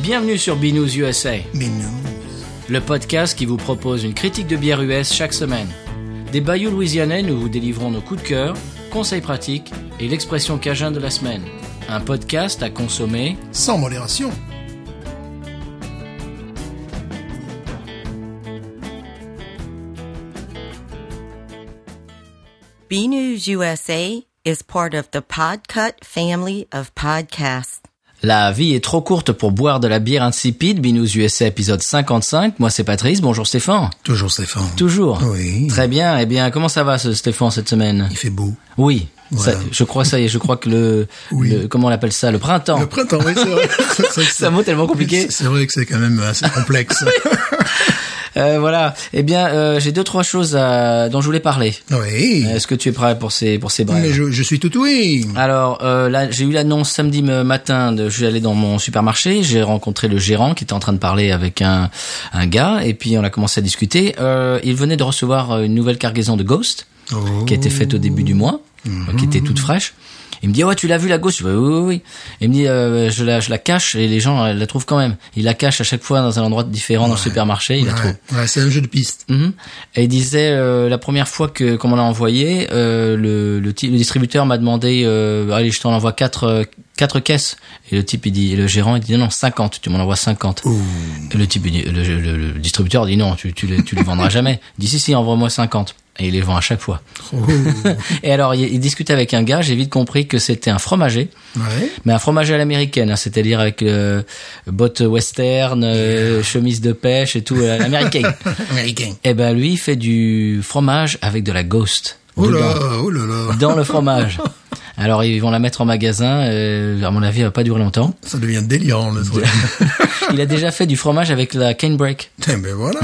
Bienvenue sur Binous USA, Binous. le podcast qui vous propose une critique de bière US chaque semaine. Des bayous louisianais, nous vous délivrons nos coups de cœur, conseils pratiques et l'expression cajun de la semaine. Un podcast à consommer Sans modération. B-News USA is part of the Podcut family of podcasts. La vie est trop courte pour boire de la bière insipide. Binous USA épisode 55. Moi c'est Patrice. Bonjour Stéphane. Toujours Stéphane. Toujours. Oui. Très bien. Eh bien, comment ça va Stéphane cette semaine? Il fait beau. Oui. Voilà. Ça, je crois que le comment on appelle ça, le printemps. Le printemps, oui, c'est vrai. C'est un mot tellement compliqué. C'est vrai que c'est quand même assez complexe. Voilà. Eh bien, j'ai 2-3 choses dont je voulais parler. Oui. Est-ce que tu es prêt pour ces brèves? Mais je suis tout oui. Alors là, j'ai eu l'annonce samedi matin. Je suis allé dans mon supermarché. J'ai rencontré le gérant qui était en train de parler avec un gars, et puis on a commencé à discuter. Il venait de recevoir une nouvelle cargaison de Ghost qui a été faite au début du mois, qui était toute fraîche. Il me dit, ouais, tu l'as vu la Ghost? Oui. Il me dit, je la cache, et les gens la trouvent quand même. Il la cache à chaque fois dans un endroit différent dans le supermarché, il la trouve. Ouais, c'est un jeu de piste. Et il disait, la première fois qu'on l'a envoyé, le distributeur m'a demandé, allez, je t'en envoie 4 caisses. Et le gérant, il dit, non, 50, tu m'en envoies 50. Ouh. Et le type, le distributeur dit, non, tu les vendras jamais. Il dit, si, envoie-moi 50. Et il les vend à chaque fois. Oh. Et alors, il discutait avec un gars, j'ai vite compris que c'était un fromager. Ouais. Mais un fromager à l'américaine, hein, c'est-à-dire avec bottes western, chemise de pêche et tout, l'américain. Américain. Et ben lui, il fait du fromage avec de la Ghost. Oh là dedans, là. dans le fromage. Alors ils vont la mettre en magasin, à mon avis, elle va pas durer longtemps. Ça devient délirant, le truc. Il a déjà fait du fromage avec la Canebrake. Ben voilà.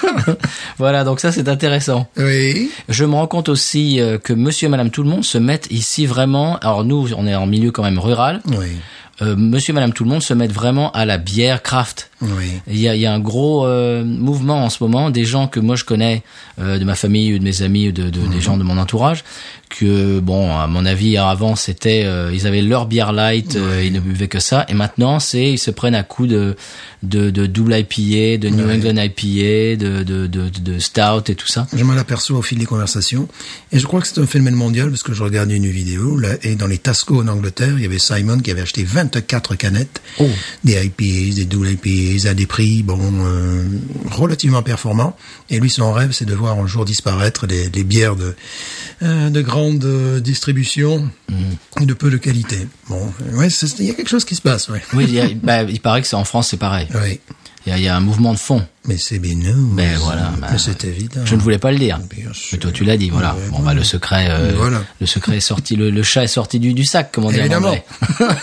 Voilà, donc ça c'est intéressant. Oui. Je me rends compte aussi que monsieur et madame tout le monde se mettent ici vraiment, alors nous on est en milieu quand même rural, Oui. monsieur et madame tout le monde se mettent vraiment à la bière craft. Oui. Il y a un gros mouvement en ce moment, des gens que moi je connais, de ma famille ou de mes amis ou des gens de mon entourage, que bon, à mon avis avant c'était ils avaient leur bière light, ils ne buvaient que ça, et maintenant ils se prennent à coups de double IPA, de New England IPA, de stout et tout ça. Je m'en aperçois au fil des conversations, et je crois que c'est un phénomène mondial, parce que je regardais une vidéo là, et dans les Tasco en Angleterre, il y avait Simon qui avait acheté 24 canettes, des IPAs, des double IPAs à des prix relativement performants, et lui son rêve c'est de voir un jour disparaître des bières de grande distribution de peu de qualité. Bon, ouais, il y a quelque chose qui se passe, ouais. Oui, il paraît que en France c'est pareil. Oui. Il y a un mouvement de fond. Mais c'est Binous. Ben voilà. Mais c'est évident. Je ne voulais pas le dire. Bien sûr. Mais toi tu l'as dit, voilà. Ouais, Bon bah le secret, voilà. le secret est sorti, le chat est sorti du sac, comme on dit en Évidemment. anglais.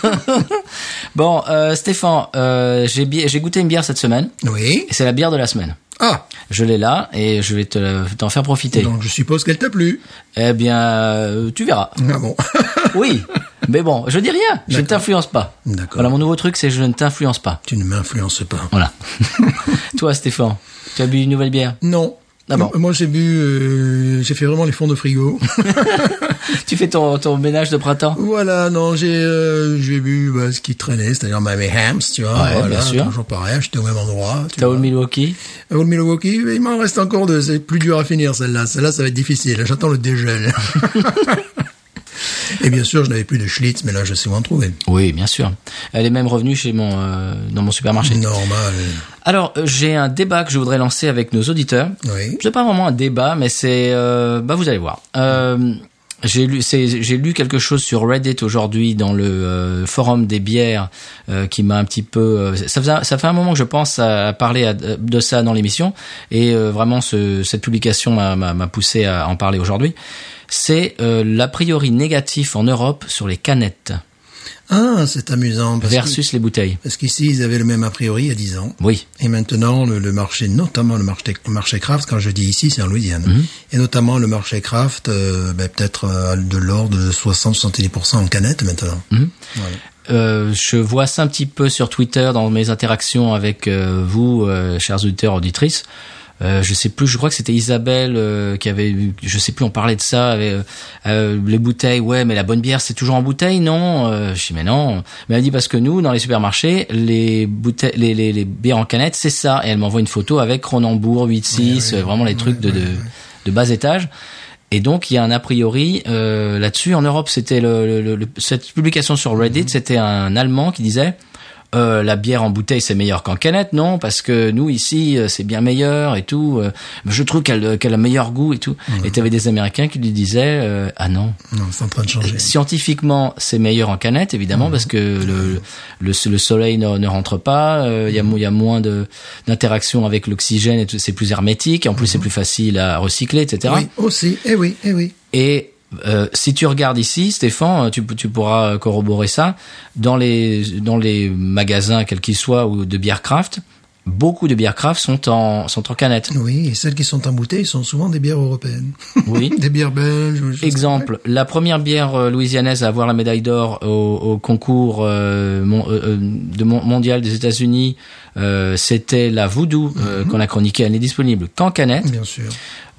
Bon, Stéphane, j'ai goûté une bière cette semaine. Oui. Et c'est la bière de la semaine. Ah. Je l'ai là et je vais t'en faire profiter. Donc je suppose qu'elle t'a plu. Eh bien, tu verras. Ah bon. Oui, mais bon, je dis rien. Je ne t'influence pas. D'accord. Voilà, mon nouveau truc, c'est je ne t'influence pas. Tu ne m'influences pas. Voilà. Toi, Stéphane, tu as bu une nouvelle bière? Non. Ah bon. Moi j'ai fait vraiment les fonds de frigo. Tu fais ton ménage de printemps? Voilà, non, j'ai bu ce qui traînait, c'est-à-dire Miami Hams, tu vois. Ouais, voilà, bien sûr. toujours pareil, j'étais au même endroit. T'as Old Milwaukee? Old Milwaukee, il m'en reste encore 2, c'est plus dur à finir celle-là. Celle-là, ça va être difficile, j'attends le dégel. Et bien sûr, je n'avais plus de Schlitz, mais là, je sais où en trouver. Oui, bien sûr. Elle est même revenue dans mon supermarché. Normal. Alors, j'ai un débat que je voudrais lancer avec nos auditeurs. Oui. C'est pas vraiment un débat, mais c'est, vous allez voir. J'ai lu quelque chose sur Reddit aujourd'hui dans le forum des bières qui m'a un petit peu ça fait un moment que je pense à parler de ça dans l'émission, et vraiment cette publication m'a poussé à en parler aujourd'hui. C'est l'a priori négatif en Europe sur les canettes. Ah, c'est amusant. Versus les bouteilles. Parce qu'ici, ils avaient le même a priori il y a 10 ans. Oui. Et maintenant, le marché, notamment le marché craft, quand je dis ici, c'est en Louisiane. Et notamment le marché craft, peut-être de l'ordre de 60-70% en canettes maintenant. Voilà. Je vois ça un petit peu sur Twitter dans mes interactions avec vous, chers auditeurs, auditrices. je sais plus, je crois que c'était Isabelle qui avait, je sais plus, on parlait de ça, les bouteilles, ouais, mais la bonne bière c'est toujours en bouteille, non? Je dis mais non, mais elle dit parce que nous dans les supermarchés, les bouteilles, les bières en canette c'est ça, et elle m'envoie une photo avec Cronenbourg 8-6, vraiment les trucs de bas étage. Et donc il y a un a priori là-dessus en Europe, c'était cette publication sur Reddit, c'était un Allemand qui disait la bière en bouteille c'est meilleur qu'en canette, non, parce que nous ici c'est bien meilleur et tout, je trouve qu'elle a meilleur goût et tout. Et t'avais des Américains qui lui disaient ah non, c'est en train de changer. Scientifiquement c'est meilleur en canette évidemment, parce que le soleil ne rentre pas, il y a moins d'interaction avec l'oxygène et tout, c'est plus hermétique, et en plus c'est plus facile à recycler, etc. Oui, aussi, oui. Et si tu regardes ici, Stéphane, tu pourras corroborer ça, dans les magasins quels qu'ils soient ou de bière craft, beaucoup de bières craft sont en canette. Oui, et celles qui sont en bouteille sont souvent des bières européennes. Oui. Des bières belges. Exemple, la première bière louisianaise à avoir la médaille d'or au concours mondial des États-Unis, c'était la Voodoo qu'on a chroniquée. Elle n'est disponible qu'en canette. Bien sûr.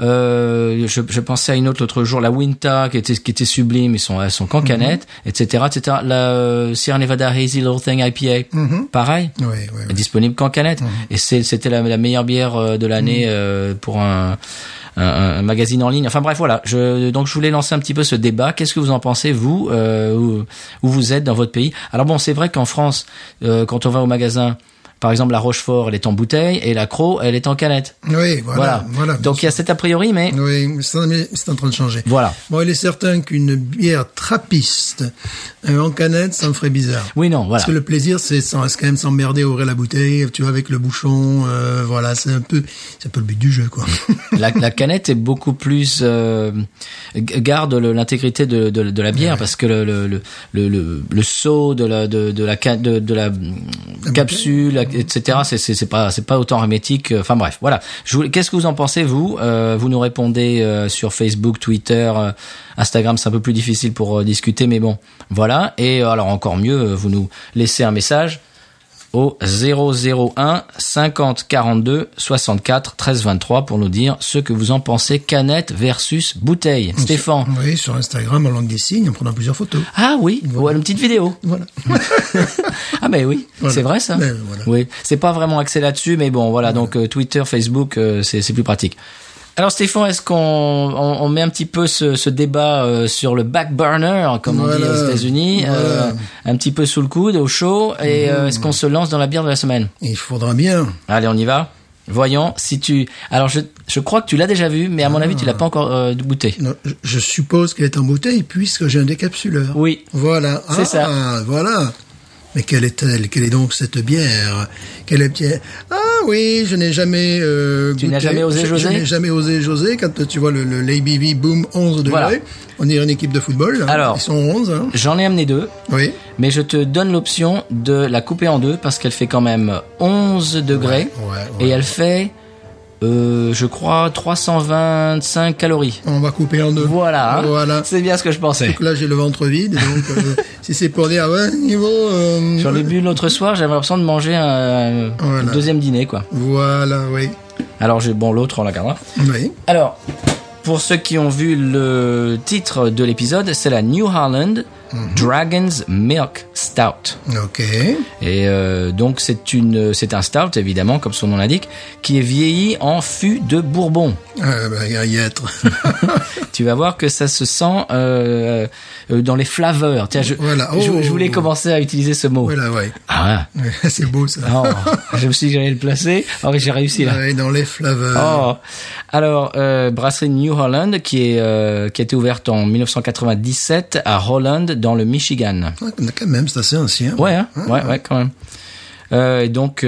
Je pensais à une autre l'autre jour, la Winta qui était sublime, elles sont qu'en canette, etc. La Sierra Nevada Hazy Little Thing IPA, pareil, oui. Disponible qu'en canette. Et c'était la meilleure bière de l'année pour un magazine en ligne. Enfin bref, voilà. Donc je voulais lancer un petit peu ce débat. Qu'est-ce que vous en pensez, vous, où vous êtes dans votre pays? Alors bon, c'est vrai qu'en France, quand on va au magasin, par exemple, la Rochefort, elle est en bouteille, et la Cros, elle est en canette. Oui, voilà. Donc il y a cet a priori, mais... Oui, c'est en train de changer. Voilà. Bon, il est certain qu'une bière trappiste en canette, ça me ferait bizarre. Oui, non, voilà. Parce que le plaisir, c'est quand même s'emmerder à ouvrir la bouteille, tu vois, avec le bouchon, voilà, c'est un peu le but du jeu, quoi. La canette est beaucoup plus garde l'intégrité de la bière, parce que le seau de la capsule, etc. C'est pas autant hermétique. Enfin bref, voilà. Qu'est-ce que vous en pensez, vous? Vous nous répondez sur Facebook, Twitter, Instagram, c'est un peu plus difficile pour discuter, mais bon, voilà. Et alors encore mieux, vous nous laissez un message au 001 50 42 64 13 23 pour nous dire ce que vous en pensez, canette versus bouteille. Stéphane. Oui, sur Instagram, en langue des signes, en prenant plusieurs photos. Ah oui, voilà. Une petite vidéo. Voilà. Ah mais oui, voilà. C'est vrai ça. Mais voilà. Oui, c'est pas vraiment axé là-dessus, mais bon, voilà. Donc Twitter, Facebook, c'est plus pratique. Alors Stéphane, est-ce qu'on met un petit peu ce débat sur le back burner, comme on dit aux États-Unis, un petit peu sous le coude, au chaud, et est-ce qu'on se lance dans la bière de la semaine? Il faudra bien. Allez, on y va. Voyons si tu... Alors je crois que tu l'as déjà vu, mais à mon avis tu l'as pas encore goûté. Non, je suppose qu'elle est en bouteille puisque j'ai un décapsuleur. Oui. Voilà. C'est ça. Voilà. Mais quelle est-elle? Quelle est donc cette bière? Quelle est bière? Ah oui, je n'ai jamais Tu n'as jamais osé José? Je n'ai jamais osé José. Quand tu vois l'ABV Boom 11 degrés, voilà. On dirait une équipe de football. Hein. Alors, ils sont 11. Hein. J'en ai amené 2. Oui. Mais je te donne l'option de la couper en 2 parce qu'elle fait quand même 11 degrés. Ouais. Et elle fait... je crois 325 calories. On va couper en 2. Voilà. C'est bien ce que je pensais. Donc là, j'ai le ventre vide. Donc, si c'est pour dire, niveau... J'en ai bu l'autre soir, j'avais l'impression de manger un deuxième dîner, quoi. Voilà, oui. Alors, l'autre, on la gardera. Oui. Alors, pour ceux qui ont vu le titre de l'épisode, c'est la New Holland Dragon's Milk Stout. Ok. Et donc c'est un stout évidemment comme son nom l'indique, qui est vieilli en fût de Bourbon. Y être. Tu vas voir que ça se sent dans les flaveurs. Tiens, je voulais commencer à utiliser ce mot. Voilà, ouais. Ah, c'est beau ça. Oh, je me suis dit que j'allais le placer. Oh, j'ai réussi là. Ouais, dans les flaveurs. Oh. Alors, brasserie New Holland qui a été ouverte en 1997 à Holland dans le Michigan. Quand même, c'est assez ancien. Ouais, quand même. Donc,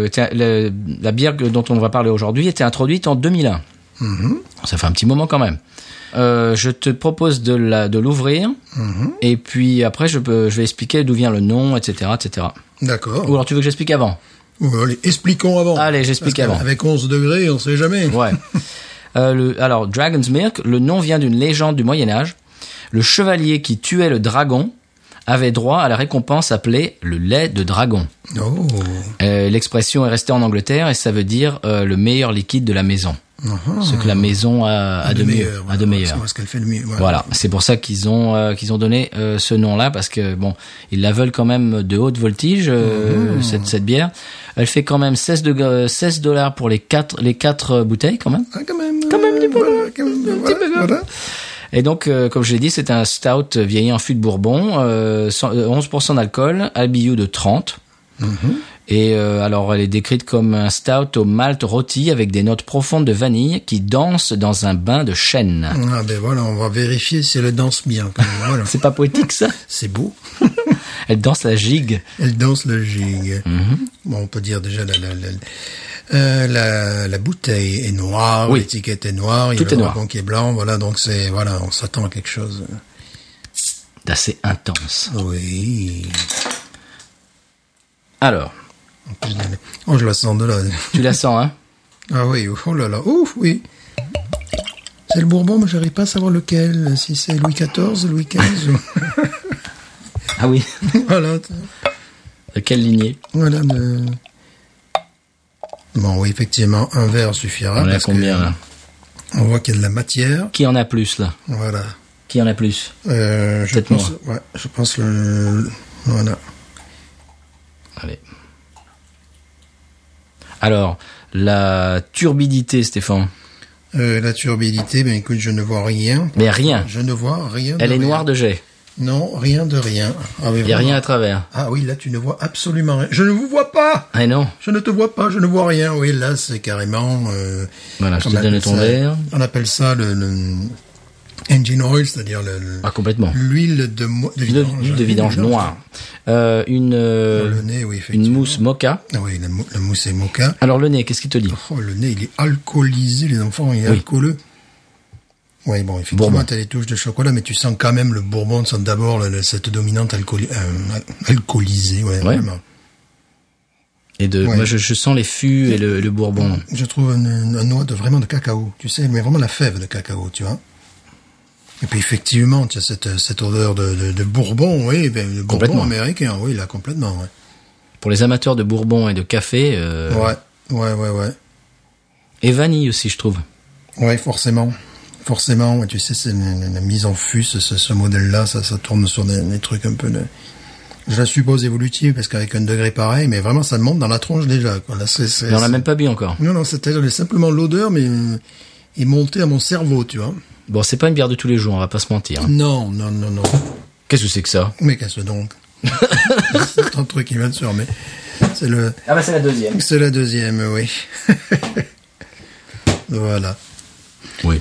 la bière dont on va parler aujourd'hui était introduite en 2001. Ça fait un petit moment quand même. Je te propose de l'ouvrir, et puis après je vais expliquer d'où vient le nom, etc., etc. D'accord. Ou alors tu veux que j'explique avant? Allez, expliquons avant. Allez, j'explique avant. Avec 11 degrés, on sait jamais. Ouais. Alors, Dragon's Milk, le nom vient d'une légende du Moyen-Âge. Le chevalier qui tuait le dragon avait droit à la récompense appelée le lait de dragon. Oh. L'expression est restée en Angleterre et ça veut dire le meilleur liquide de la maison. Ce que la maison a de mieux, a de meilleur. Ce qu'elle fait de mieux. Voilà, c'est pour ça qu'ils ont donné ce nom-là, parce que bon, ils la veulent quand même de haute voltige cette bière. Elle fait quand même $16 pour les quatre bouteilles quand même. Ah, quand même du peu. Voilà. Et donc, comme je l'ai dit, c'est un stout vieilli en fût de Bourbon, 11% d'alcool, IBU de 30. Et alors, elle est décrite comme un stout au malt rôti avec des notes profondes de vanille qui danse dans un bain de chêne. Ah ben voilà, on va vérifier si elle danse bien. Quand même. Voilà. C'est pas poétique ça? C'est beau. Elle danse la gigue. Elle danse le gigue. Bon, on peut dire déjà la bouteille est noire, Oui. l'étiquette est noire, il y a Tout est le noir. dragon qui est blanc, voilà, donc on s'attend à quelque chose. D'assez intense. Oui. Alors, Oh, je la sens de là. tu la sens, hein? Ah oui, oh là là, ouf, oui. C'est le Bourbon, mais j'arrive pas à savoir lequel, si c'est Louis XIV, Louis XV. Ah oui. Voilà. De quelle lignée? Voilà. Bon, oui, effectivement, un verre suffira. On est à parce combien que là? On voit qu'il y a de la matière. Qui en a plus là? Voilà. Qui en a plus? Je Peut-être pense, ouais, je pense voilà. Allez. Alors, la turbidité, Stéphane. La turbidité, ben écoute, je ne vois rien. Mais rien. Je ne vois rien. Elle est rien. noire de jet. Non, rien de rien. Ah, mais Il n'y a vraiment. rien à travers. Ah oui, là, tu ne vois absolument rien. Je ne vous vois pas. Ah non. Je ne te vois pas, je ne vois rien. Oui, là, c'est carrément... Voilà, je on te donne appelle ton ça- verre. On appelle ça le engine oil, c'est-à-dire Ah, complètement. l'huile de L'huile de vidange noire. Le Une nez, oui, effectivement. mousse mocha. Ah oui, la mousse est mocha. Alors, le nez, qu'est-ce qu'il te dit? Oh, le nez, il est alcoolisé, les enfants, il est Oui. alcooleux. Oui, bon, effectivement, Bourbon. t'as les touches de chocolat, mais tu sens quand même le bourbon, tu sens d'abord cette dominante alcoolisée, ouais, vraiment. Et Ouais. moi, je sens les fûts et le bourbon. Je trouve un noix vraiment de cacao, tu sais, mais vraiment la fève de cacao, tu vois. Et puis effectivement, tu as cette odeur de bourbon, oui, ben, le Complètement. bourbon américain, oui, là, complètement, ouais. Pour les amateurs de bourbon et de café. Ouais. Et vanille aussi, je trouve. Ouais, forcément. Forcément, ouais, tu sais, c'est la mise en fût, ce modèle-là, ça tourne sur des trucs un peu je la suppose évolutive, parce qu'avec un degré pareil, mais vraiment, ça monte dans la tronche déjà, quoi. Là, Mais on l'a même pas bu encore. Non, c'était simplement l'odeur, mais est montée à mon cerveau, tu vois. Bon, c'est pas une bière de tous les jours, on va pas se mentir. Hein. Non. Qu'est-ce que c'est que ça? Mais qu'est-ce donc? C'est un truc qui vient de sur, mais c'est Ah bah c'est la deuxième. c'est la deuxième, oui. Voilà. Oui.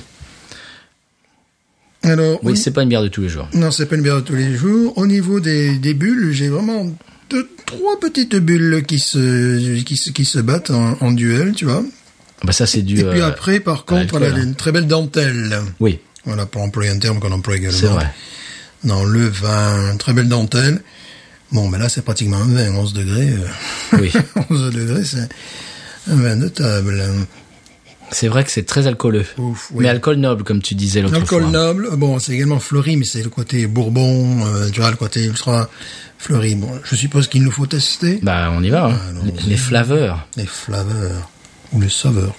Alors, Oui, c'est pas une bière de tous les jours. non, c'est pas une bière de tous les jours. Au niveau des bulles, j'ai vraiment trois petites bulles qui se battent en duel, tu vois. Bah ça c'est du. Et puis après, par contre, l'alcool, elle a hein. une très belle dentelle. Oui, Voilà, pour employer un terme qu'on emploie également. c'est vrai. Dans le vin, très belle dentelle. Bon, ben là, c'est pratiquement un vin, 11 degrés. Oui. 11 degrés, c'est un vin de table. C'est vrai que c'est très alcooleux. Ouf, oui. Mais alcool noble, comme tu disais l'autre Alcool fois. noble, bon, c'est également fleuri, mais c'est le côté bourbon, tu vois, le côté ultra fleuri. Bon, je suppose qu'il nous faut tester Bah on y va. Hein. Allons-y. Les flaveurs. les flaveurs ou les saveurs.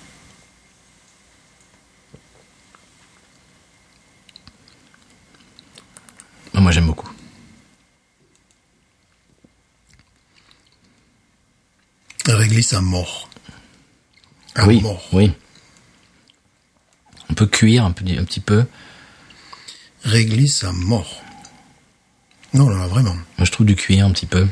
Moi j'aime beaucoup. Réglisse à mort. À Oui, mort. oui. On peut cuire un petit peu. Réglisse à mort. Non, là, vraiment. Moi je trouve du cuir un petit peu.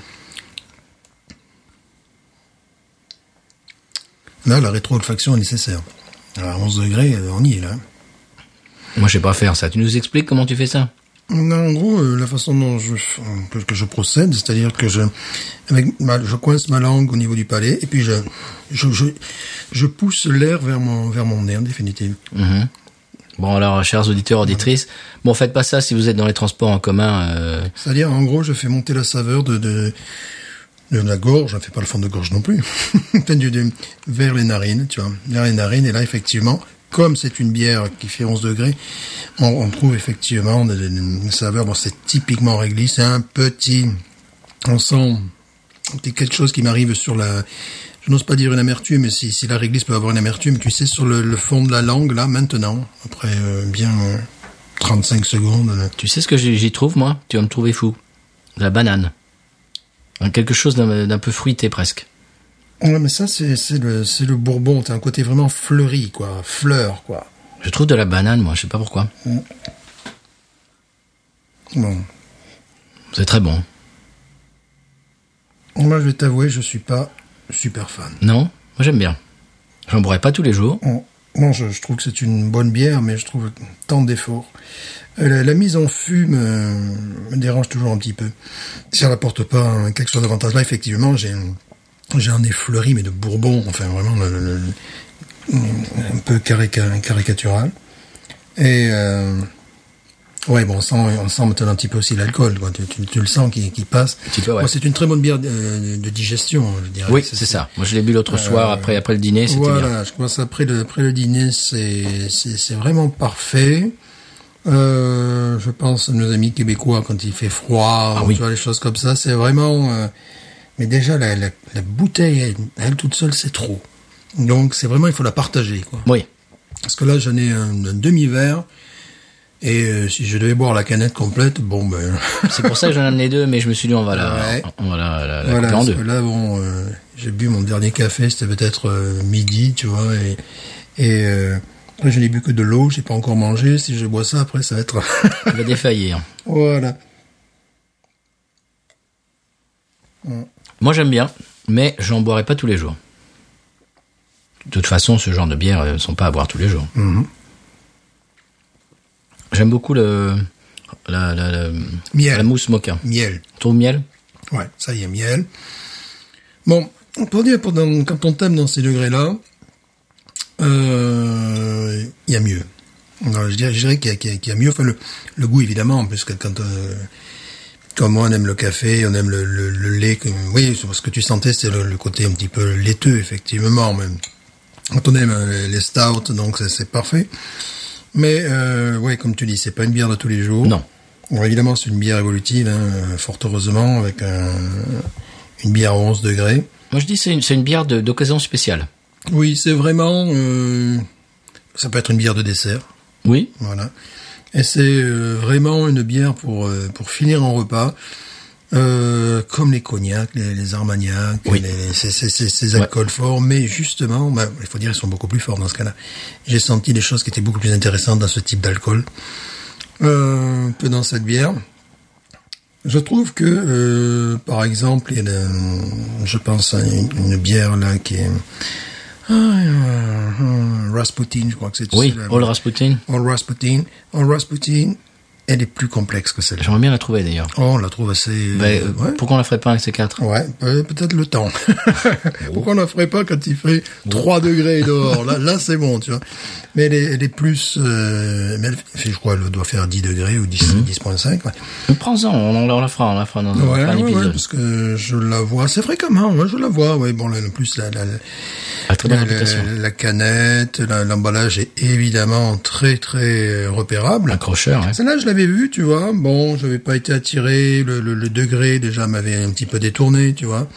Là, la rétro-olfaction est nécessaire. À 11 degrés, on y est, là. Moi je sais pas faire ça. Tu nous expliques comment tu fais ça? Non, en gros, la façon dont que je procède, c'est-à-dire que je coince ma langue au niveau du palais, et puis je pousse l'air vers mon nez, en définitive. Mhm. Bon alors, chers auditeurs, auditrices, bon faites pas ça si vous êtes dans les transports en commun. C'est-à-dire, en gros, je fais monter la saveur de la gorge, je ne fais pas le fond de gorge non plus, vers les narines, tu vois, vers les narines, et là, effectivement, comme c'est une bière qui fait 11 degrés, on trouve effectivement des saveurs. Bon, c'est typiquement réglisse. C'est un petit... On sent quelque chose qui m'arrive sur la... Je n'ose pas dire une amertume, mais si la réglisse peut avoir une amertume, tu sais, sur le fond de la langue, là, maintenant, après bien 35 secondes. Tu sais ce que j'y trouve, moi? Tu vas me trouver fou. De la banane. Quelque chose d'un peu fruité, presque. Ouais, mais ça, c'est le bourbon. T'as un côté vraiment fleuri, quoi. Fleur, quoi. Je trouve de la banane, moi, je sais pas pourquoi. Bon. C'est très bon. Moi, je vais t'avouer, je suis pas super fan. Non? Moi, j'aime bien. J'en boirais pas tous les jours. Non, je trouve que c'est une bonne bière, mais je trouve tant de défauts. La mise en fût me dérange toujours un petit peu. Si elle n'apporte pas quelque chose d'avantage là, effectivement, j'ai un nez fleuri, mais de bourbon, enfin vraiment un peu caricatural. Et ouais, bon, on sent maintenant un petit peu aussi l'alcool, quoi. Tu le sens qui passe. Ouais. Bon, c'est une très bonne bière de digestion, je dirais. Oui, c'est ça. Moi, je l'ai bu l'autre soir après le dîner, c'était bien. Voilà, je pense après le dîner, c'est vraiment parfait. Je pense à nos amis québécois quand il fait froid, tu vois, les choses comme ça, c'est vraiment. Mais déjà la bouteille, elle toute seule, c'est trop. Donc c'est vraiment, il faut la partager, quoi. Oui. Parce que là, j'en ai un demi-verre. Et si je devais boire la canette complète, bon ben. C'est pour ça que j'en ai amené 2, mais je me suis dit on va la couper en deux. Là, bon, j'ai bu mon dernier café, c'était peut-être midi, tu vois, et après je n'ai bu que de l'eau, j'ai pas encore mangé. Si je bois ça, après ça va être. Il va défaillir. Voilà. Moi j'aime bien, mais j'en boirai pas tous les jours. De toute façon, ce genre de bières ne sont pas à boire tous les jours. Mm-hmm. J'aime beaucoup miel. La mousse mocha. Miel. Tu trouves miel? Ouais, ça y est, miel. Bon, pour dire, quand on t'aime dans ces degrés-là, il y a mieux. Alors, je dirais qu'il y a mieux. Enfin, le goût, évidemment, parce que comme moi, on aime le café, on aime le lait. Oui, ce que tu sentais, c'est le côté un petit peu laiteux, effectivement. Mais quand on aime les stouts, donc c'est parfait. Mais ouais, comme tu dis, c'est pas une bière de tous les jours. Non. Bon, évidemment, c'est une bière évolutive, fort heureusement, avec une bière à 11 degrés. Moi, je dis c'est une bière d'occasion spéciale. Oui, c'est vraiment. Ça peut être une bière de dessert. Oui. Voilà. Et c'est vraiment une bière pour finir un repas. Comme les cognacs, les armagnacs, oui. ces alcools forts, mais justement, il faut dire ils sont beaucoup plus forts dans ce cas-là. J'ai senti des choses qui étaient beaucoup plus intéressantes dans ce type d'alcool que dans cette bière. Je trouve que, par exemple, il y a je pense à une bière là qui est Rasputin, je crois que c'est. Oui, All Rasputin. All Rasputin. Elle est plus complexe que celle-là. J'aimerais bien la trouver d'ailleurs. Oh, on la trouve assez. Ouais. Pourquoi on la ferait pas avec ces 4? Ouais, peut-être le temps. Pourquoi on la ferait pas quand il fait 3 degrés dehors? Là, c'est bon, tu vois. Mais elle est plus. Mais elle fait, je crois, elle doit faire 10 degrés ou 10.5. Ouais. Prends-en, on la fera dans un épisode. Ouais, parce que je la vois assez fréquemment. Ouais, je la vois. Ouais, bon, là, en plus la canette, l'emballage est évidemment très très repérable. Accrocheur. Ouais. Celle-là, je l'avais vue, tu vois. Bon, j'avais pas été attiré. Le degré déjà m'avait un petit peu détourné, tu vois.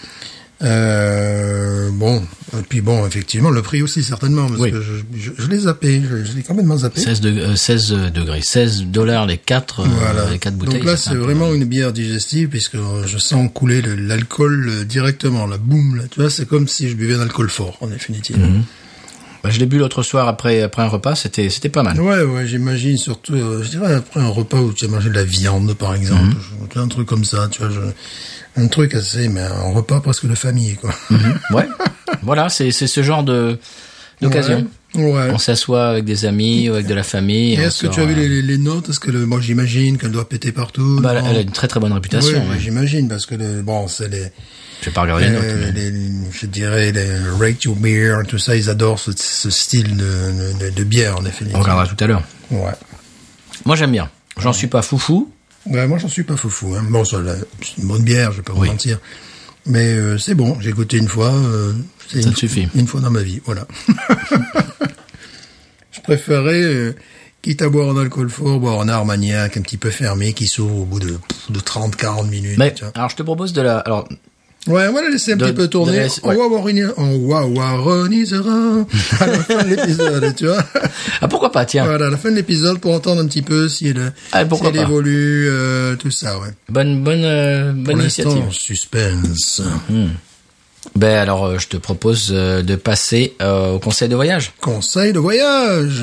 Bon, et puis bon, effectivement, le prix aussi certainement, parce que je l'ai zappé, je l'ai complètement zappé. 16 degrés, $16 les 4 bouteilles. Donc là, c'est vraiment une bière digestive, puisque je sens couler l'alcool directement, la boum, là, tu vois, c'est comme si je buvais un alcool fort, en définitive. Mm-hmm. Bah, je l'ai bu l'autre soir après un repas, c'était pas mal. Ouais, j'imagine, surtout, je dirais après un repas où tu as mangé de la viande, par exemple, un truc comme ça, tu vois, un truc assez, mais un repas presque de famille, quoi. Ouais. Voilà, c'est ce genre d'occasion. Ouais. On s'assoit avec des amis ou avec de la famille. Et est-ce que tu as vu les notes? Est-ce que moi j'imagine qu'elle doit péter partout? Bah, elle a une très très bonne réputation. Oui, j'imagine, parce que c'est les. Je vais pas regarder les notes. Je dirais les Rate Your Beer, tout ça, ils adorent ce style de bière, en effet. On regardera tout à l'heure. Ouais. Moi j'aime bien. J'en suis pas foufou. Ouais, moi j'en suis pas foufou. Hein. Bon, c'est une bonne bière, je vais pas vous mentir. Mais c'est bon, j'ai goûté une fois. Ça te suffit. Une fois dans ma vie, voilà. Je préférerais, quitte à boire un alcool fort, boire un Armagnac un petit peu fermé qui s'ouvre au bout de 30-40 minutes. Mais, tu vois. alors je te propose de la... Alors, Ouais, on va la laisser un petit peu tourner. On wawaronisera à la fin de l'épisode, tu vois. ah, pourquoi pas, tiens. Voilà, à la fin de l'épisode pour entendre un petit peu si elle, pourquoi si elle pas. évolue, tout ça, ouais. Bonne Pour initiative. l'instant, suspense. Ben alors, je te propose de passer au conseil de voyage. Conseil de voyage.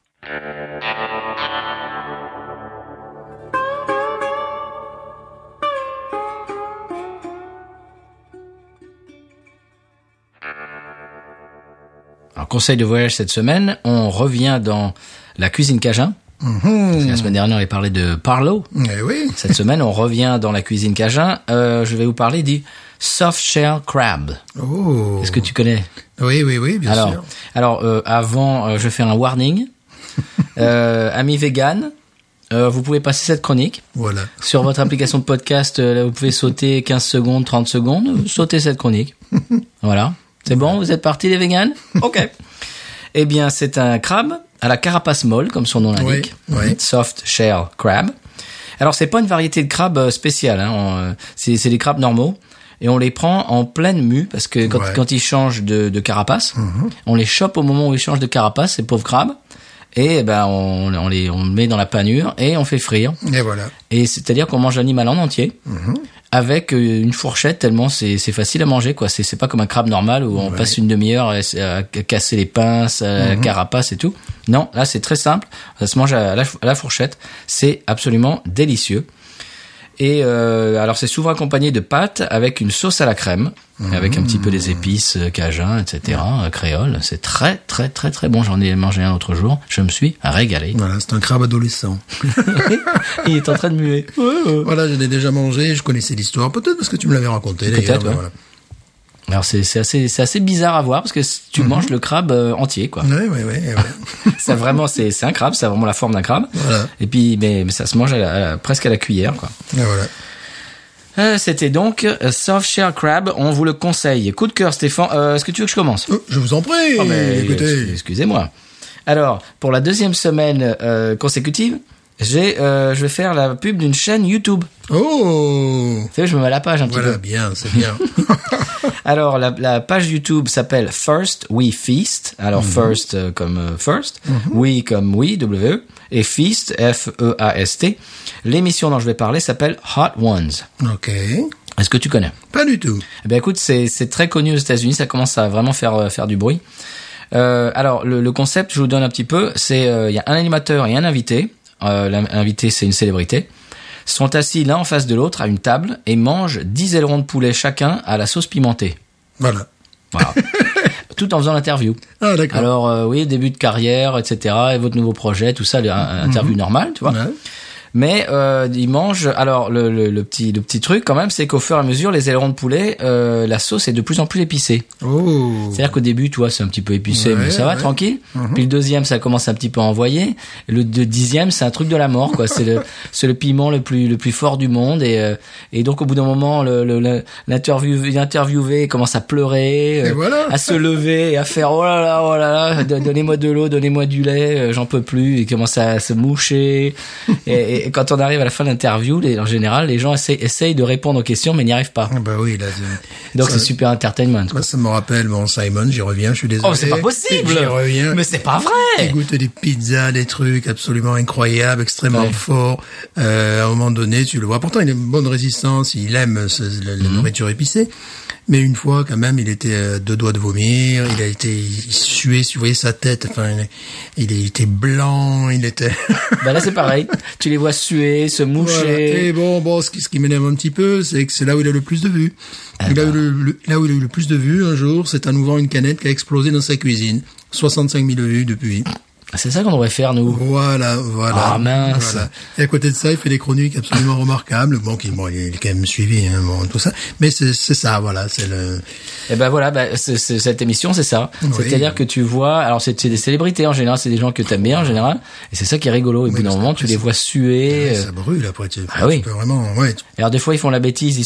Alors, conseil de voyage cette semaine, on revient dans la cuisine cajun. La semaine dernière, on avait parlé de Parlo. Eh oui. Cette semaine, on revient dans la cuisine cajun. Je vais vous parler du soft shell crab. Oh. Est-ce que tu connais? Oui, bien sûr. Alors, avant, je fais un warning. Amis vegan, vous pouvez passer cette chronique. Voilà. Sur votre application de podcast, là, vous pouvez sauter 15 secondes, 30 secondes, sautez cette chronique. Voilà. C'est bon, vous êtes partis les véganes? Ok. Eh bien, c'est un crabe à la carapace molle, comme son nom l'indique. Oui. Soft shell crab. Alors, c'est pas une variété de crabe spéciale, hein. C'est des crabes normaux. Et on les prend en pleine mue, parce que quand ils changent de carapace, on les chope au moment où ils changent de carapace, ces pauvres crabes. Et ben, on le met dans la panure et on fait frire. Et voilà. Et c'est-à-dire qu'on mange l'animal en entier. Avec une fourchette, tellement c'est facile à manger, quoi. C'est pas comme un crabe normal où on passe une demi-heure à casser les pinces, la carapace et tout. Non, là c'est très simple. Ça se mange à la fourchette. C'est absolument délicieux. Et alors c'est souvent accompagné de pâtes avec une sauce à la crème, avec un petit peu des épices cajun, etc., créole. C'est très très très très bon. J'en ai mangé un autre jour. Je me suis régalé. Voilà, c'est un crabe adolescent. Il est en train de muer. Voilà, je l'ai déjà mangé, je connaissais l'histoire, peut-être parce que tu me l'avais raconté. D'ailleurs, Peut-être, ouais. voilà. Alors c'est assez bizarre à voir parce que tu manges le crabe entier, quoi. Ouais. Ça vraiment c'est un crabe, ça a vraiment la forme d'un crabe. Voilà. Et puis mais ça se mange presque à la cuillère, quoi. Et voilà. C'était donc Soft Shell Crab, on vous le conseille. Coup de cœur, Stéphane. Est-ce que tu veux que je commence? Je vous en prie. Écoutez. Excusez-moi. Alors, pour la deuxième semaine consécutive, je vais faire la pub d'une chaîne YouTube. Oh. Tu sais, je me mets à la page un petit Voilà, peu. bien, c'est bien. Alors, la page YouTube s'appelle First We Feast. Alors, First comme First, We comme We, W-E, et Feast, F-E-A-S-T. L'émission dont je vais parler s'appelle Hot Ones. Ok. Est-ce que tu connais? Pas du tout. Eh bien, écoute, c'est très connu aux États-Unis. Ça commence à vraiment faire du bruit. Alors, le concept, je vous donne un petit peu. C'est, il y a un animateur et un invité. L'invité, c'est une célébrité. Sont assis l'un en face de l'autre à une table et mangent 10 ailerons de poulet chacun à la sauce pimentée. Voilà. Tout en faisant l'interview. Ah, d'accord. Alors, oui, début de carrière, etc. Et votre nouveau projet, tout ça, interview normale, tu vois. Ouais. Mais ils mangent. Alors le petit truc quand même, c'est qu'au fur et à mesure, les ailerons de poulet, la sauce est de plus en plus épicée. Oh. C'est-à-dire qu'au début, tu vois, c'est un petit peu épicé, mais ça va, tranquille. Puis le deuxième, ça commence un petit peu à envoyer. Et le dixième, c'est un truc de la mort, quoi. C'est le piment le plus fort du monde. Et donc au bout d'un moment, l'interviewé commence à pleurer, Et voilà. à se lever et à faire oh là là, donnez-moi de l'eau, donnez-moi du lait, j'en peux plus. Il commence à se moucher. Et quand on arrive à la fin de l'interview, en général, les gens essayent de répondre aux questions, mais n'y arrivent pas. Ah bah oui, là. Donc c'est super entertainment, quoi. Moi, ça me rappelle, bon, Simon, j'y reviens, je suis désolé. Oh, c'est pas possible! J'y reviens. Mais c'est pas vrai! Il goûte des pizzas, des trucs absolument incroyables, extrêmement forts. À un moment donné, tu le vois. Pourtant, il a une bonne résistance, il aime la nourriture épicée. Mais une fois, quand même, il était à deux doigts de vomir, il suait, tu voyais sa tête, enfin, il était blanc, il était... Bah là, c'est pareil. Tu les vois suer, se moucher. Voilà. Et bon, ce qui m'énerve un petit peu, c'est que c'est là où il a le plus de vues. Là où il a eu le plus de vues, un jour, c'est en ouvrant une canette qui a explosé dans sa cuisine. 65 000 vues depuis. C'est ça qu'on devrait faire, nous. Voilà. Ah, mince. Voilà. Et à côté de ça, il fait des chroniques absolument remarquables. Bon, il est quand même suivi, hein, bon, tout ça. Mais c'est ça, voilà, c'est le... Et ben voilà, cette émission, c'est ça. Oui. C'est-à-dire que tu vois, alors c'est des célébrités en général, c'est des gens que t'aimes bien en général, et c'est ça qui est rigolo. Et puis, d'un moment, tu les vois suer. Ça brûle après, tu oui. peux vraiment, ouais. Alors des fois ils font la bêtise, ils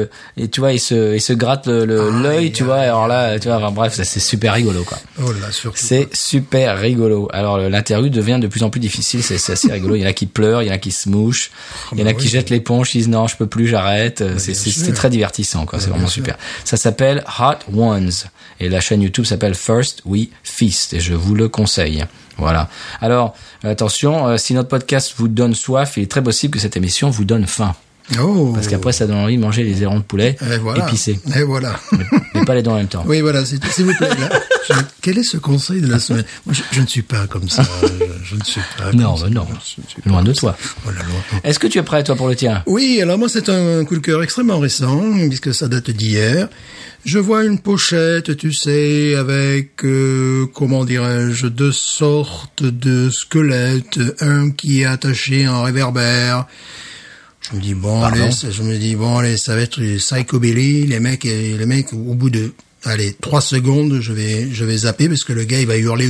se grattent l'œil, tu vois. Alors là, tu vois, enfin, bref, ça c'est super rigolo, quoi. Oh là, surtout. C'est super rigolo. Alors alors l'interview devient de plus en plus difficile, c'est assez rigolo. Il y en a qui pleurent, il y en a qui se mouchent, il y en a qui jettent l'éponge, ils disent non, je peux plus, j'arrête. C'est très divertissant, quoi. C'est vraiment super. Ça s'appelle Hot Ones et la chaîne YouTube s'appelle First We Feast et je vous le conseille. Voilà. Alors attention, si notre podcast vous donne soif, il est très possible que cette émission vous donne faim. Oh. Parce qu'après, ça donne envie de manger les ailerons de poulet épicés. Et voilà. Mais pas les deux en même temps. Oui, voilà, s'il vous plaît. Là, quel est ce conseil de la semaine? Moi, je ne suis pas comme ça. Je ne suis pas non, comme non. ça. Loin de toi. Voilà, loin. Est-ce que tu es prêt, toi, pour le tien? Oui, alors moi, c'est un coup de cœur extrêmement récent, puisque ça date d'hier. Je vois une pochette, tu sais, avec, comment dirais-je, deux sortes de squelettes. Un qui est attaché en réverbère. Je me dis bon allez, ça va être psychobilly. Les mecs, au bout de 3 secondes, je vais zapper parce que le gars il va hurler.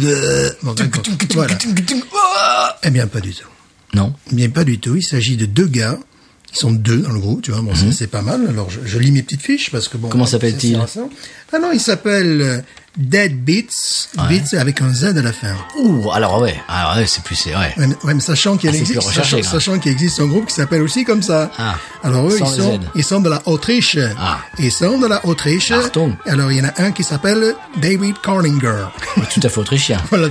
Voilà. Eh bien pas du tout. Non. Eh bien pas du tout. Il s'agit de deux gars. Ils sont deux dans le groupe, tu vois. Bon, c'est pas mal. Alors je lis mes petites fiches parce que bon. Comment s'appelle-t-il? Ah non, il s'appelle Dead Beats, Beats avec un Z à la fin. Ouh, alors ouais, c'est plus, ouais. Ouais, mais sachant qu'il existe, sachant qu'il existe un groupe qui s'appelle aussi comme ça. Ah. Alors eux, ils sont de la Autriche. Ah. Ils sont de la Autriche. Achtung. Alors il y en a un qui s'appelle David Korninger. Tout à fait autrichien. Voilà.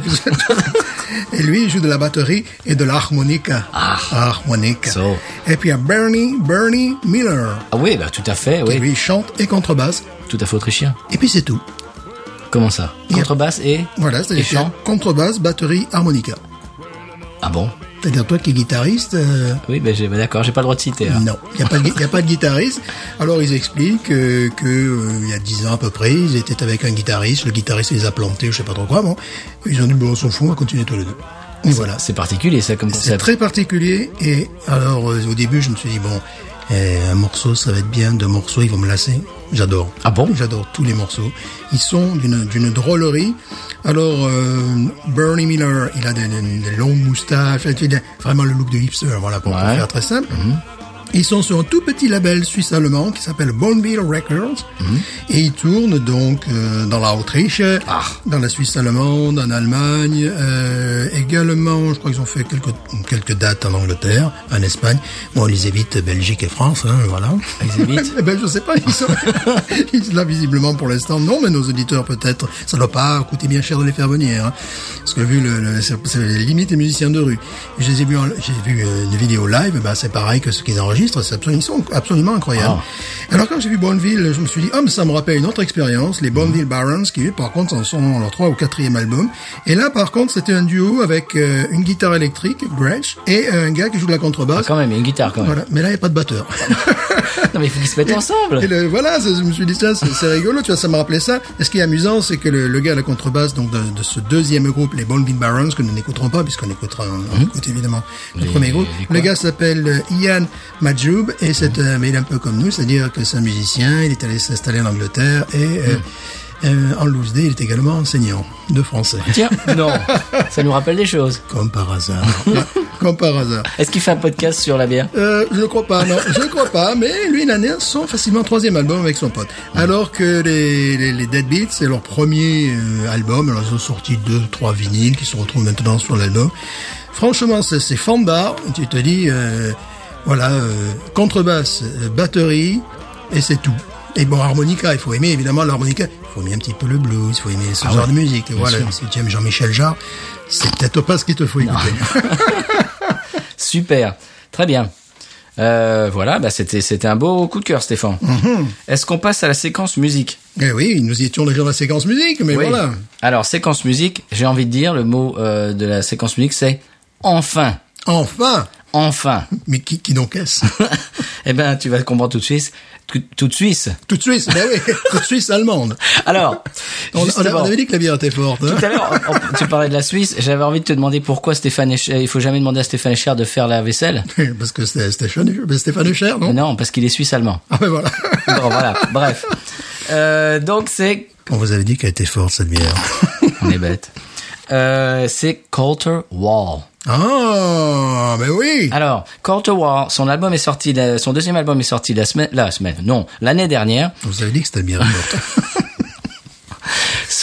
Et lui, il joue de la batterie et de l'harmonica. Harmonica. So. Et puis il y a Bernie Miller. Ah oui, bah tout à fait, oui. Qui lui chante et contrebasse. Tout à fait autrichien. Et puis c'est tout. Comment ça? Contrebasse et voilà, c'est-à-dire chant. Contrebasse, batterie, harmonica. Ah bon? C'est-à-dire toi qui es guitariste. Oui, ben d'accord, j'ai pas le droit de citer. Là. Non, il y a pas de guitariste. Alors ils expliquent que il y a 10 ans à peu près, ils étaient avec un guitariste. Le guitariste les a plantés, je sais pas trop quoi. Bon, ils ont dit bon, on s'en fout, on va continuer tous les deux. Et voilà. C'est particulier ça comme concept. C'est très particulier. Et alors au début, je me suis dit bon. Un morceau, ça va être bien. 2 morceaux, ils vont me lasser. J'adore. Ah bon? J'adore tous les morceaux. Ils sont d'une drôlerie. Alors, Bernie Miller, il a des longues moustaches. Il a vraiment le look de hipster, voilà, pour faire très simple. Ils sont sur un tout petit label suisse-allemand qui s'appelle Bonneville Records. Et ils tournent donc dans la Autriche, dans la Suisse allemande, en Allemagne, également, je crois qu'ils ont fait quelques dates en Angleterre, en Espagne. Bon, ils évitent Belgique et France, hein, voilà. Ils évitent? Eh ben, je sais pas, ils sont là visiblement pour l'instant. Non, mais nos auditeurs peut-être, ça doit pas coûter bien cher de les faire venir, hein. Parce que vu c'est limite les musiciens de rue. J'ai vu une vidéo live, bah, c'est pareil que ce qu'ils enregistrent. Ils sont absolument incroyables. Alors quand j'ai vu Bonneville, je me suis dit, mais ça me rappelle une autre expérience, les Bonneville Barons, qui par contre en sont leur 3 ou 4e album. Et là par contre c'était un duo avec une guitare électrique, Gretsch, et un gars qui joue de la contrebasse. Ah, quand même, il y a une guitare quand même. Voilà. Mais là il n'y a pas de batteur. Non mais il faut qu'ils se mettent ensemble. Et voilà, je me suis dit ça, c'est rigolo, tu vois, ça me rappelait ça. Et ce qui est amusant, c'est que le gars à la contrebasse, donc de ce deuxième groupe, les Bonneville Barons, que nous n'écouterons pas, puisqu'on écoutera, on écoute évidemment le premier groupe. Le gars s'appelle Ian Majoub, et mais il est un peu comme nous, c'est-à-dire que c'est un musicien, il est allé s'installer en Angleterre, et en Lousdé, il est également enseignant de français. Tiens, non, ça nous rappelle des choses. Comme par hasard. Comme par hasard. Est-ce qu'il fait un podcast sur la bière? Je ne crois pas, non. Je ne crois pas, mais lui, il en est son facilement 3e album avec son pote. Alors que les Dead Beats, c'est leur premier album. Alors, ils ont sorti 2-3 vinyles qui se retrouvent maintenant sur l'album. Franchement, c'est fandard. Tu te dis, voilà, contrebasse, batterie, et c'est tout. Et bon, harmonica, il faut aimer évidemment l'harmonica. Il faut aimer un petit peu le blues, il faut aimer ce genre de musique. Et voilà, si tu aimes Jean-Michel Jarre, c'est peut-être pas ce qu'il te faut écouter. Super, très bien. Voilà, bah c'était un beau coup de cœur, Stéphane. Est-ce qu'on passe à la séquence musique? Eh oui, nous y étions déjà dans la séquence musique, mais oui. Voilà. Alors, séquence musique, j'ai envie de dire, le mot de la séquence musique, c'est enfin. Enfin. Enfin. Mais qui donc est-ce? Eh ben, tu vas comprendre tout de suite. Toute Suisse. Toute Suisse, ben oui. Toute Suisse allemande. Alors, on avait dit que la bière était forte. Hein. Tout à l'heure, tu parlais de la Suisse. J'avais envie de te demander pourquoi il faut jamais demander à Stéphane Echer de faire la vaisselle. Parce que c'est Stéphane Echer, non? Non, parce qu'il est suisse allemand. Ah ben voilà. Bon, voilà. Bref. Donc c'est. On vous avait dit qu'elle était forte cette bière. On est bête. C'est Colter Wall. Ah, ben oui. Alors, Colter Wall, son deuxième album est sorti l'année dernière. Vous avez dit que c'était bien forte.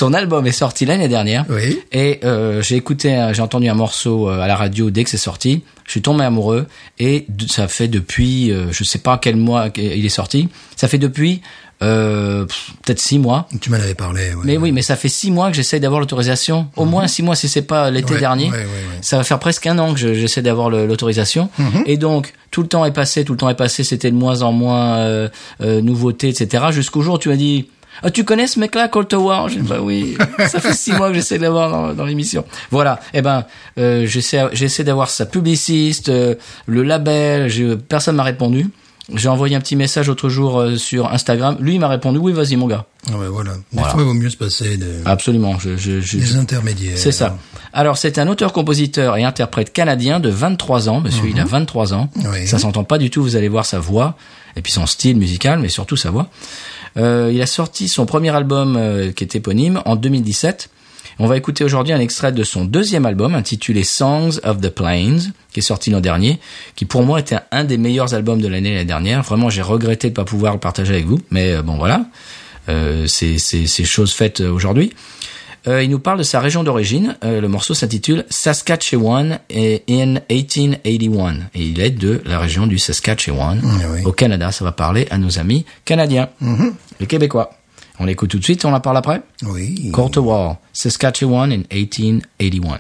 Son album est sorti l'année dernière. Oui. Et j'ai entendu un morceau à la radio dès que c'est sorti. Je suis tombé amoureux et ça fait depuis, je sais pas quel mois il est sorti. Ça fait depuis peut-être 6 mois. Tu m'en avais parlé. Ouais, mais oui, mais ça fait 6 mois que j'essaie d'avoir l'autorisation. Au moins 6 mois, si c'est pas l'été dernier. Ouais. Ça va faire presque 1 an que j'essaie d'avoir l'autorisation. Et donc, tout le temps est passé. C'était de moins en moins nouveautés, etc. Jusqu'au jour où tu m'as dit, ah, tu connais ce mec-là, Cold War? J'ai dit, bah oui. Ça fait 6 mois que j'essaie de l'avoir dans l'émission. Voilà. Eh ben, j'essaie d'avoir sa publiciste, le label. Personne m'a répondu. J'ai envoyé un petit message l'autre jour sur Instagram. Lui, il m'a répondu, oui, vas-y, mon gars. Ah ouais, voilà. Des fois, il vaut mieux se passer Absolument. des intermédiaires. C'est ça. Alors, c'est un auteur-compositeur et interprète canadien de 23 ans. Monsieur, il a 23 ans. Oui. Ça s'entend pas du tout. Vous allez voir sa voix et puis son style musical, mais surtout sa voix. Il a sorti son premier album qui est éponyme en 2017. On va écouter aujourd'hui un extrait de son deuxième album intitulé Songs of the Plains, qui est sorti l'an dernier, qui pour moi était un des meilleurs albums de l'année dernière. Vraiment, j'ai regretté de pas pouvoir le partager avec vous, mais bon voilà, c'est chose faite aujourd'hui. Il nous parle de sa région d'origine. Le morceau s'intitule Saskatchewan in 1881. Et il est de la région du Saskatchewan, au Canada. Ça va parler à nos amis canadiens, les Québécois. On l'écoute tout de suite, on en parle après? Oui. Cold War, Saskatchewan in 1881.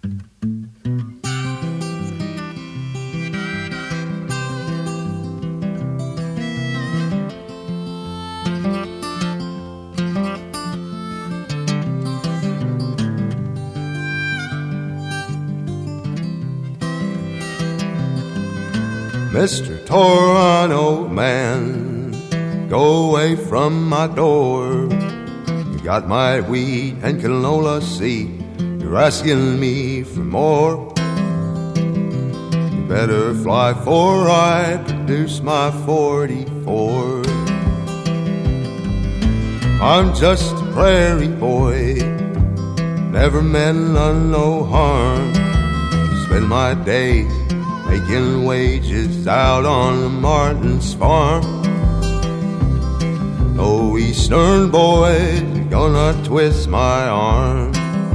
Mr. Toronto man, go away from my door. You got my wheat and canola seed. You're asking me for more. You better fly for I produce my 44. I'm just a prairie boy, never meant none no harm. Spend my days making wages out on the Martin's farm. No eastern boys are gonna twist my arm.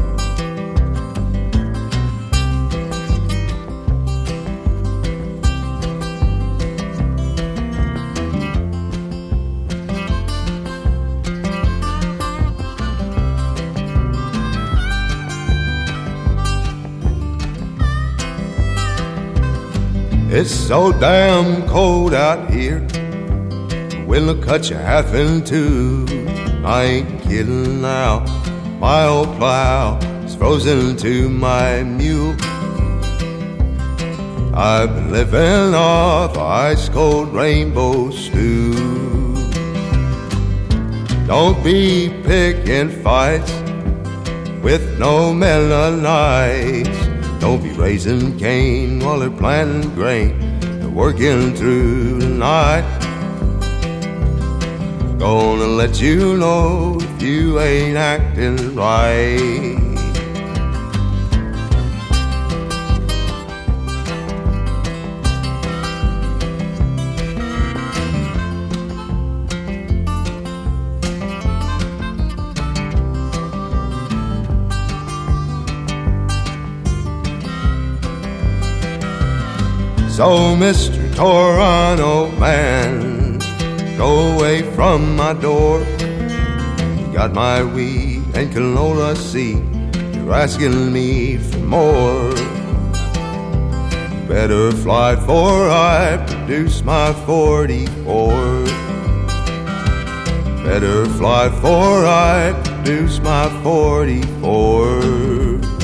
It's so damn cold out here, the wind will cut you half in two. I ain't kidding now, my old plow is frozen to my mule. I've been living off ice cold rainbow stew. Don't be picking fights with no Mennonites. Don't be raising cane while they're planting grain and working through the night. Gonna let you know if you ain't acting right. So, Mr. Toronto man, go away from my door. You got my wheat and canola seed. You're asking me for more. Better fly for I produce my 44. Better fly for I produce my 44.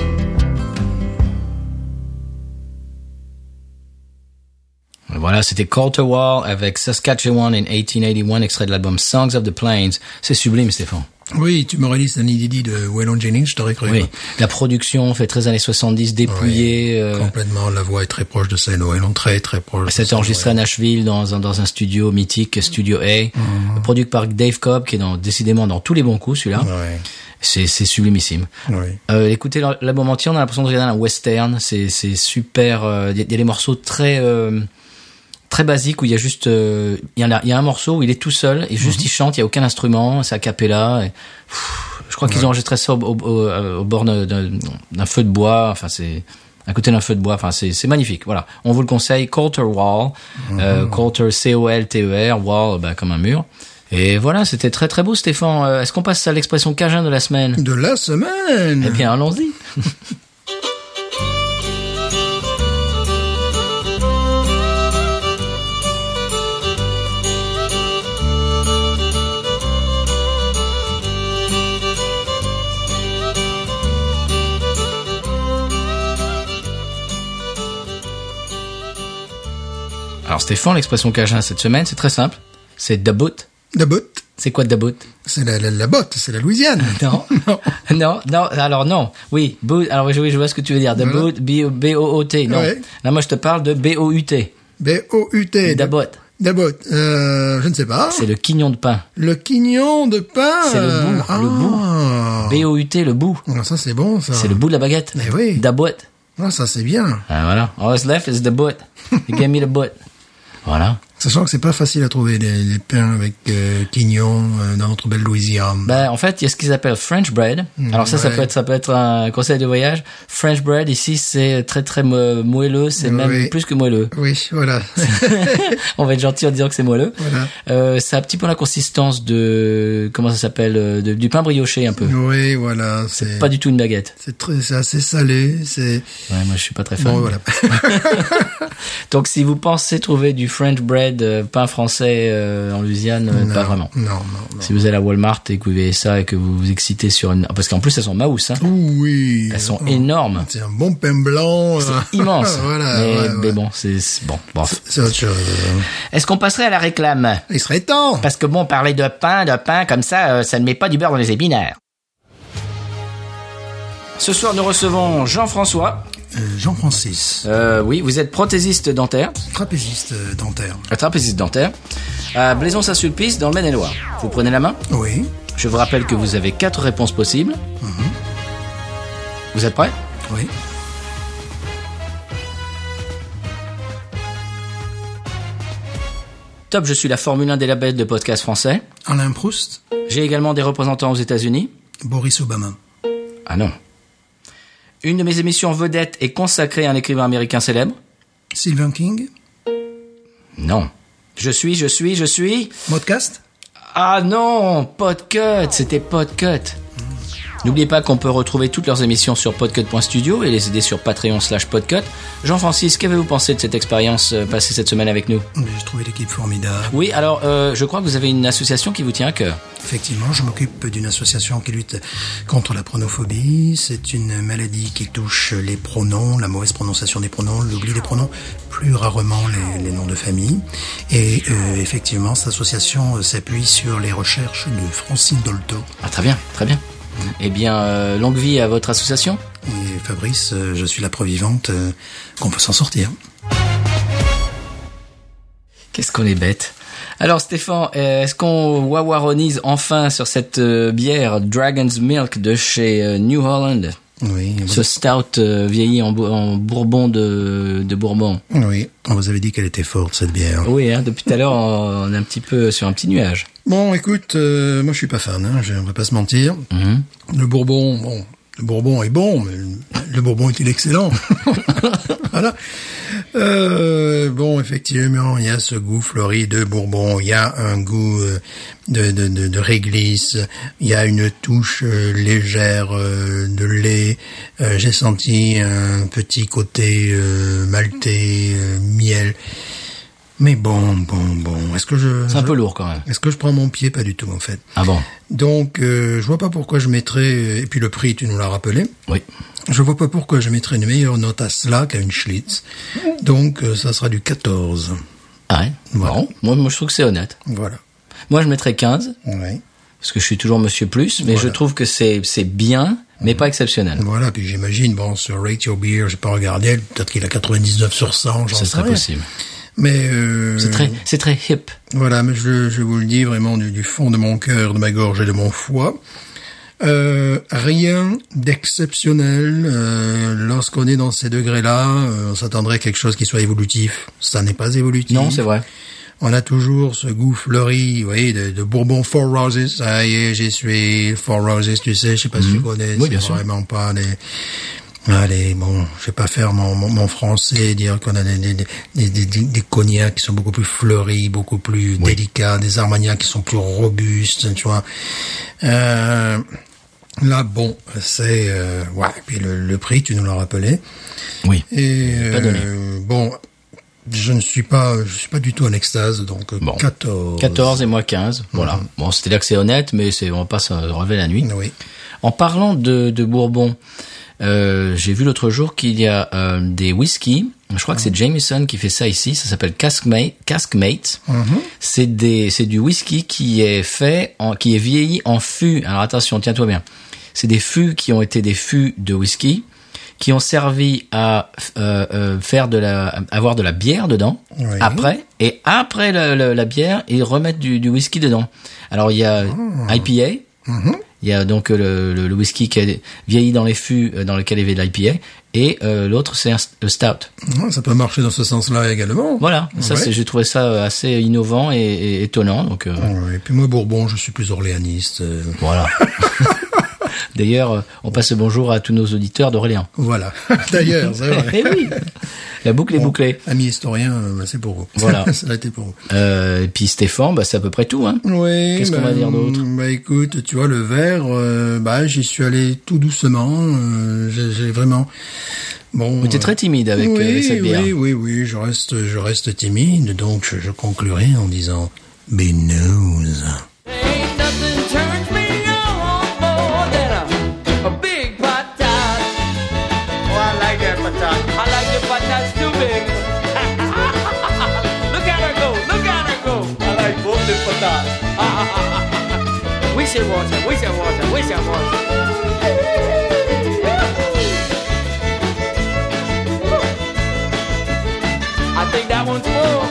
Voilà, c'était Cold War avec Saskatchewan in 1881, extrait de l'album Songs of the Plains. C'est sublime, Stéphane. Oui, tu m'aurais dit c'est un inédit de Waylon Jennings, je t'aurais cru. Oui, la production fait très années 70, dépouillée. Oui, complètement, la voix est très proche de celle de Waylon, très très proche. C'est enregistré à Nashville dans un studio mythique, Studio A, produit par Dave Cobb, qui est décidément dans tous les bons coups, celui-là. Ouais. C'est sublimissime. Oui. Écoutez l'album entier, on a l'impression de regarder un western. C'est super. Il y a des morceaux très basiques où il y a juste il y a un morceau où il est tout seul et juste il chante, il y a aucun instrument, c'est a cappella. Je crois qu'ils ont enregistré ça au bord d'un feu de bois. Enfin, c'est à côté d'un feu de bois. Enfin, c'est magnifique. Voilà. On vous le conseille. Colter Wall. Colter, C-O-L-T-E-R. Wall, comme un mur. Et voilà, c'était très très beau, Stéphane. Est-ce qu'on passe à l'expression cajun de la semaine? De la semaine. Eh bien, allons-y. Alors Stéphane, l'expression cajun cette semaine, c'est très simple. C'est dabout. Dabout. C'est quoi dabout? C'est la botte, c'est la Louisiane. Non. non, alors non. Oui, boot. Alors oui, je vois ce que tu veux dire. Dabout, B-O-O-T. Non. Ouais. Là, moi, je te parle de B-O-U-T. B-O-U-T. Dabout. Dabout. Je ne sais pas. C'est le quignon de pain. Le quignon de pain. C'est le bout. Le bout. B-O-U-T, le bout. Ah, ça, c'est bon, ça. C'est le bout de la baguette. Mais oui. Dabout. Ah, ça, c'est bien. Ah, voilà. All that's left is the boot. You gave me the boot. Voilà. Sachant que c'est pas facile à trouver les pains avec quignon dans notre belle Louisiane. En fait, il y a ce qu'ils appellent French bread. Alors ça peut être un conseil de voyage. French bread ici, c'est très très moelleux, c'est même plus que moelleux. Oui, voilà. On va être gentil en disant que c'est moelleux. Voilà. C'est un petit peu la consistance de comment ça s'appelle, du pain brioché un peu. Oui, voilà. C'est pas du tout une baguette. C'est assez salé. Ouais, moi je suis pas très fan. Bon, voilà. Donc si vous pensez trouver du French bread pain français en Louisiane, pas vraiment. Non. Si vous allez à Walmart et que vous voyez ça et que vous vous excitez sur une... Parce qu'en plus, elles sont mouse, hein. Oui. Elles sont énormes. C'est un bon pain blanc. C'est immense. Voilà. Mais bon, c'est bon. C'est autre chose. Est-ce qu'on passerait à la réclame? Il serait temps. Parce que bon, parler de pain, comme ça, ça ne met pas du beurre dans les épinards. Ce soir, nous recevons Jean-François. Jean-Francis. Oui, vous êtes prothésiste dentaire. Trapéziste dentaire. Trapéziste dentaire. À Blaison-Saint-Sulpice, dans le Maine-et-Loire. Vous prenez la main? Oui. Je vous rappelle que vous avez 4 réponses possibles. Vous êtes prêts? Oui. Top, je suis la Formule 1 des labels de podcast français. Alain Proust. J'ai également des représentants aux États-Unis. Boris Obama. Ah non. Une de mes émissions vedettes est consacrée à un écrivain américain célèbre. Stephen King. Non. Je suis... Modcast. Ah non, Podcut, c'était Podcut. N'oubliez pas qu'on peut retrouver toutes leurs émissions sur podcut.studio et les aider sur Patreon/podcut. Jean-Francis, qu'avez-vous pensé de cette expérience passée cette semaine avec nous? J'ai trouvé l'équipe formidable. Oui, alors je crois que vous avez une association qui vous tient à cœur. Effectivement, je m'occupe d'une association qui lutte contre la pronophobie. C'est une maladie qui touche les pronoms, la mauvaise prononciation des pronoms, l'oubli des pronoms, plus rarement les noms de famille. Et effectivement, cette association s'appuie sur les recherches de Francine Dolto. Ah, très bien, très bien. Eh bien, longue vie à votre association. Et Fabrice, je suis la preuve vivante qu'on peut s'en sortir. Qu'est-ce qu'on est bête. Alors Stéphane, est-ce qu'on wawaronise enfin sur cette bière Dragon's Milk de chez New Holland? Oui. Ce stout vieilli en bourbon de Bourbon. Oui, on vous avait dit qu'elle était forte, cette bière. Oui, hein, depuis tout à l'heure, on est un petit peu sur un petit nuage. Bon, écoute, moi je suis pas fan, hein, on va pas se mentir. Le Bourbon est bon, mais le Bourbon est-il excellent? Voilà. Bon, effectivement, il y a ce goût fleuri de Bourbon, il y a un goût de réglisse, il y a une touche légère de lait. J'ai senti un petit côté maltais, miel. Mais bon. Est-ce que c'est un peu lourd quand même. Est-ce que je prends mon pied? Pas du tout, en fait. Ah bon? Donc, je vois pas pourquoi je mettrais, et puis le prix, tu nous l'as rappelé. Oui. Je vois pas pourquoi je mettrais une meilleure note à cela qu'à une Schlitz. Donc, ça sera du 14. Ah ouais? Voilà. Bon, moi je trouve que c'est honnête. Voilà. Moi je mettrais 15. Oui. Parce que je suis toujours Monsieur Plus, mais voilà. je trouve que c'est bien, mais pas exceptionnel. Voilà, puis j'imagine, bon, sur Rate Your Beer, j'ai pas regardé, peut-être qu'il a 99 sur 100, j'en sais rien. Ce serait possible. Mais c'est très hip. Voilà, mais je vous le dis vraiment du fond de mon cœur, de ma gorge et de mon foie. Rien d'exceptionnel. Lorsqu'on est dans ces degrés-là, on s'attendrait à quelque chose qui soit évolutif. Ça n'est pas évolutif. Non, c'est vrai. on a toujours ce goût fleuri, vous voyez, de Bourbon Four Roses. Ça y est, j'y suis, Four Roses, tu sais, je sais pas si tu connais, Oui, c'est bien sûr. vraiment pas des... Allez, bon, je vais pas faire mon français, dire qu'on a des cognacs qui sont beaucoup plus fleuris, beaucoup plus délicats, des armagnacs qui sont plus robustes, tu vois. Là, bon, c'est... ouais, puis le prix, tu nous l'as rappelé. Oui. Et Pas donné. bon, je suis pas du tout en extase, donc Bon. 14. 14 et moi 15. Voilà. Bon, c'était là que c'est honnête, mais on va pas se relever la nuit. Oui. En parlant de Bourbon, j'ai vu l'autre jour qu'il y a des whisky. Je crois que c'est Jameson qui fait ça ici. Ça s'appelle Caskmate. C'est du whisky qui est qui est vieilli en fût. Alors attention, tiens-toi bien. C'est des fûts qui ont été des fûts de whisky qui ont servi à avoir de la bière dedans. Oui. Après la bière, ils remettent du whisky dedans. Alors il y a IPA. Il y a donc le whisky qui est vieilli dans les fûts dans lesquels il y avait de l'IPA, et l'autre c'est le stout. Ça peut marcher dans ce sens-là également. Voilà, ça Ouais. j'ai trouvé ça assez innovant et étonnant. Donc Et puis moi, Bourbon, je suis plus orléaniste. voilà. D'ailleurs, on passe le bonjour à tous nos auditeurs d'Orléans. Voilà. D'ailleurs, c'est vrai. Eh oui, la boucle est bouclée. Amis historiens, c'est pour vous. Voilà. Ça a été pour vous. Et puis Stéphane, c'est à peu près tout, hein. Oui. Qu'est-ce qu'on va dire d'autre? Bah écoute, tu vois, le verre, j'y suis allé tout doucement. J'ai vraiment... Bon. Mais t'es très timide avec cette bière. Oui, je reste timide, donc je conclurai en disant Binous. Ain't nothing turns me on more than a big patat. Oh, I like that patat. I like the patats too big. Look at her go, look at her go. I like both the patats. We should watch her, we should watch her, we should watch her. I think that one's full.